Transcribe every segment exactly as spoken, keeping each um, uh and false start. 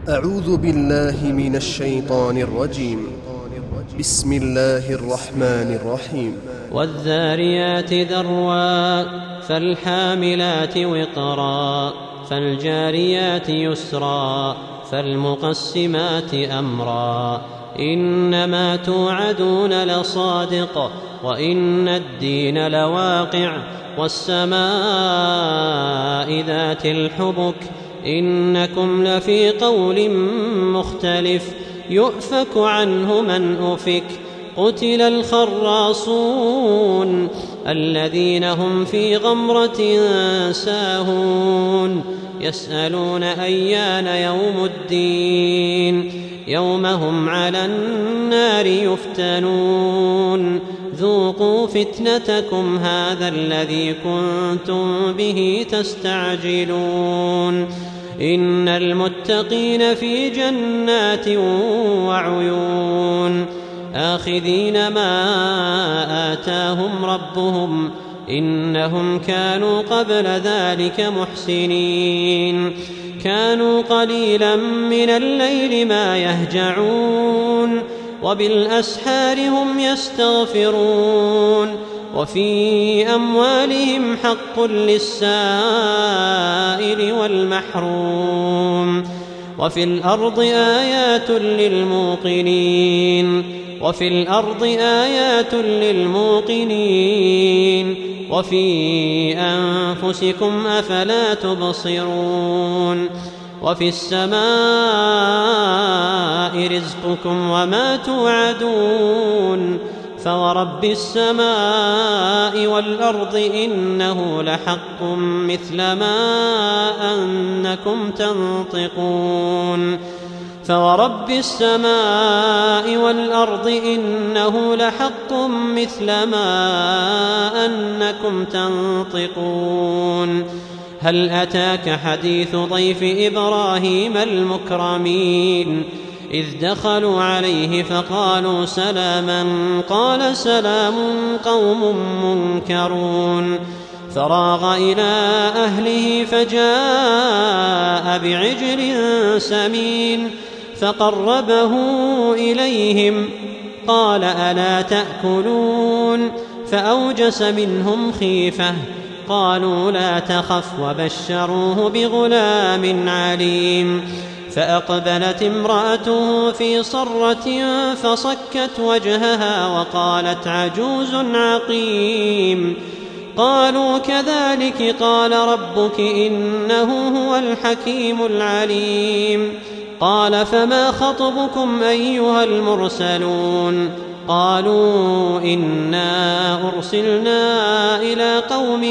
أعوذ بالله من الشيطان الرجيم. بسم الله الرحمن الرحيم. والذاريات ذروا فالحاملات وقرا فالجاريات يسرا فالمقسمات أمرا إنما توعدون لصادق وإن الدين لواقع والسماء ذات الحبك إنكم لفي قول مختلف يؤفك عنه من أفك قتل الخراصون الذين هم في غمرة ساهون يسألون أيان يوم الدين يوم هم على النار يفتنون ذوقوا فتنتكم هذا الذي كنتم به تستعجلون إن المتقين في جنات وعيون آخذين ما آتاهم ربهم إنهم كانوا قبل ذلك محسنين كانوا قليلا من الليل ما يهجعون وبالأسحار هم يستغفرون وفي أموالهم حق للسائل والمحروم وفي الأرض آيات للموقنين وفي الأرض آيات للموقنين وفي أنفسكم أفلا تبصرون وفي السماء رزقكم وما توعدون فورب السماء والأرض إنه لحق مثل ما أنكم تنطقون فورب السماء والأرض إنه لحق مثل ما أنكم تنطقون هل أتاك حديث ضيف إبراهيم المكرمين إذ دخلوا عليه فقالوا سلاما قال سلام قوم منكرون فراغ إلى أهله فجاء بعجل سمين فقربه إليهم قال ألا تأكلون فأوجس منهم خيفة قالوا لا تخف وبشروه بغلام عليم فأقبلت امرأته في صرة فصكت وجهها وقالت عجوز عقيم قالوا كذلك قال ربك إنه هو الحكيم العليم قال فما خطبكم أيها المرسلون قالوا إنا أرسلنا إلى قوم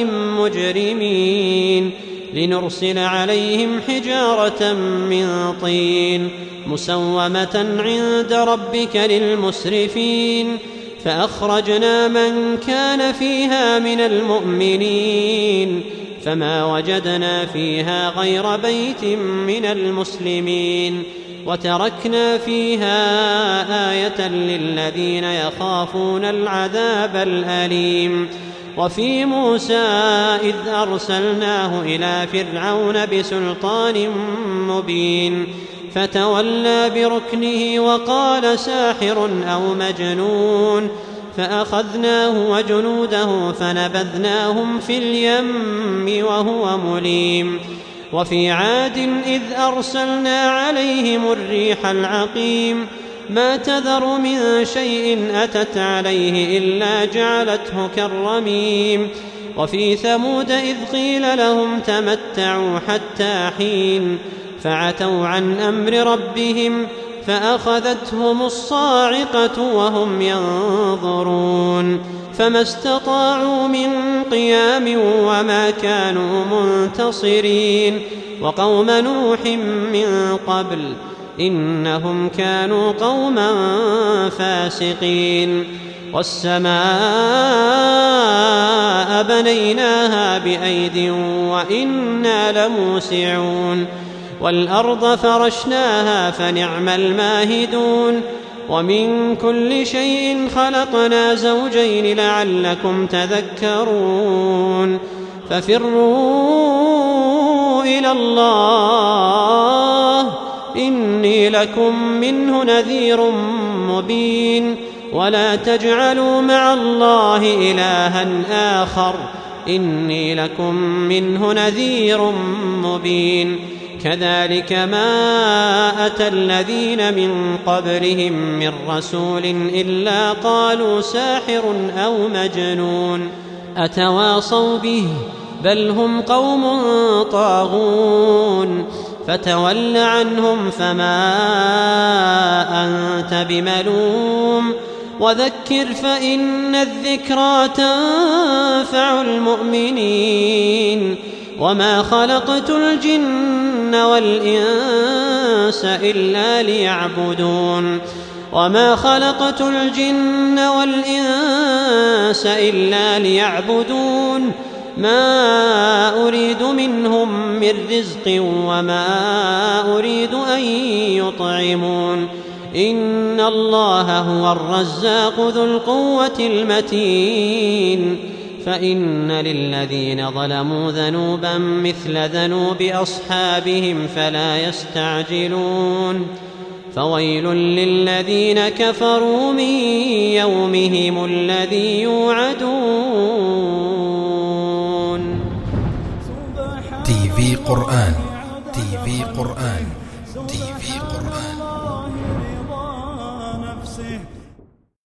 مجرمين لنرسل عليهم حجارة من طين مسومة عند ربك للمسرفين فأخرجنا من كان فيها من المؤمنين فما وجدنا فيها غير بيت من المسلمين وتركنا فيها آية للذين يخافون العذاب الأليم وفي موسى إذ أرسلناه إلى فرعون بسلطان مبين فتولى بركنه وقال ساحر أو مجنون فأخذناه وجنوده فنبذناهم في اليم وهو مليم وفي عاد إذ أرسلنا عليهم الريح العقيم ما تذر من شيء أتت عليه إلا جعلته كالرميم وفي ثمود إذ قيل لهم تمتعوا حتى حين فعتوا عن أمر ربهم فأخذتهم الصاعقة وهم ينظرون فما استطاعوا من قيام وما كانوا منتصرين وقوم نوح من قبل إنهم كانوا قوما فاسقين والسماء بنيناها بأيد وإنا لموسعون والأرض فرشناها فنعم الماهدون ومن كل شيء خلقنا زوجين لعلكم تذكرون ففروا إلى الله إني لكم منه نذير مبين ولا تجعلوا مع الله إلها آخر إني لكم منه نذير مبين كذلك ما أتى الذين من قبلهم من رسول إلا قالوا ساحر أو مجنون أتواصوا به بل هم قوم طاغون فتول عنهم فما أنت بملوم وذكر فإن الذكرى تنفع المؤمنين وما خلقت الجن والإنس إلا ليعبدون وما خلقت الجن والإنس إلا ليعبدون ما أريد منهم من رزق وما أريد أن يطعمون إن الله هو الرزاق ذو القوة المتين فإن للذين ظلموا ذنوبا مثل ذنوب أصحابهم فلا يستعجلون فويل للذين كفروا من يومهم الذي يوعدون. تي في قرآن تي في قرآن تي في قرآن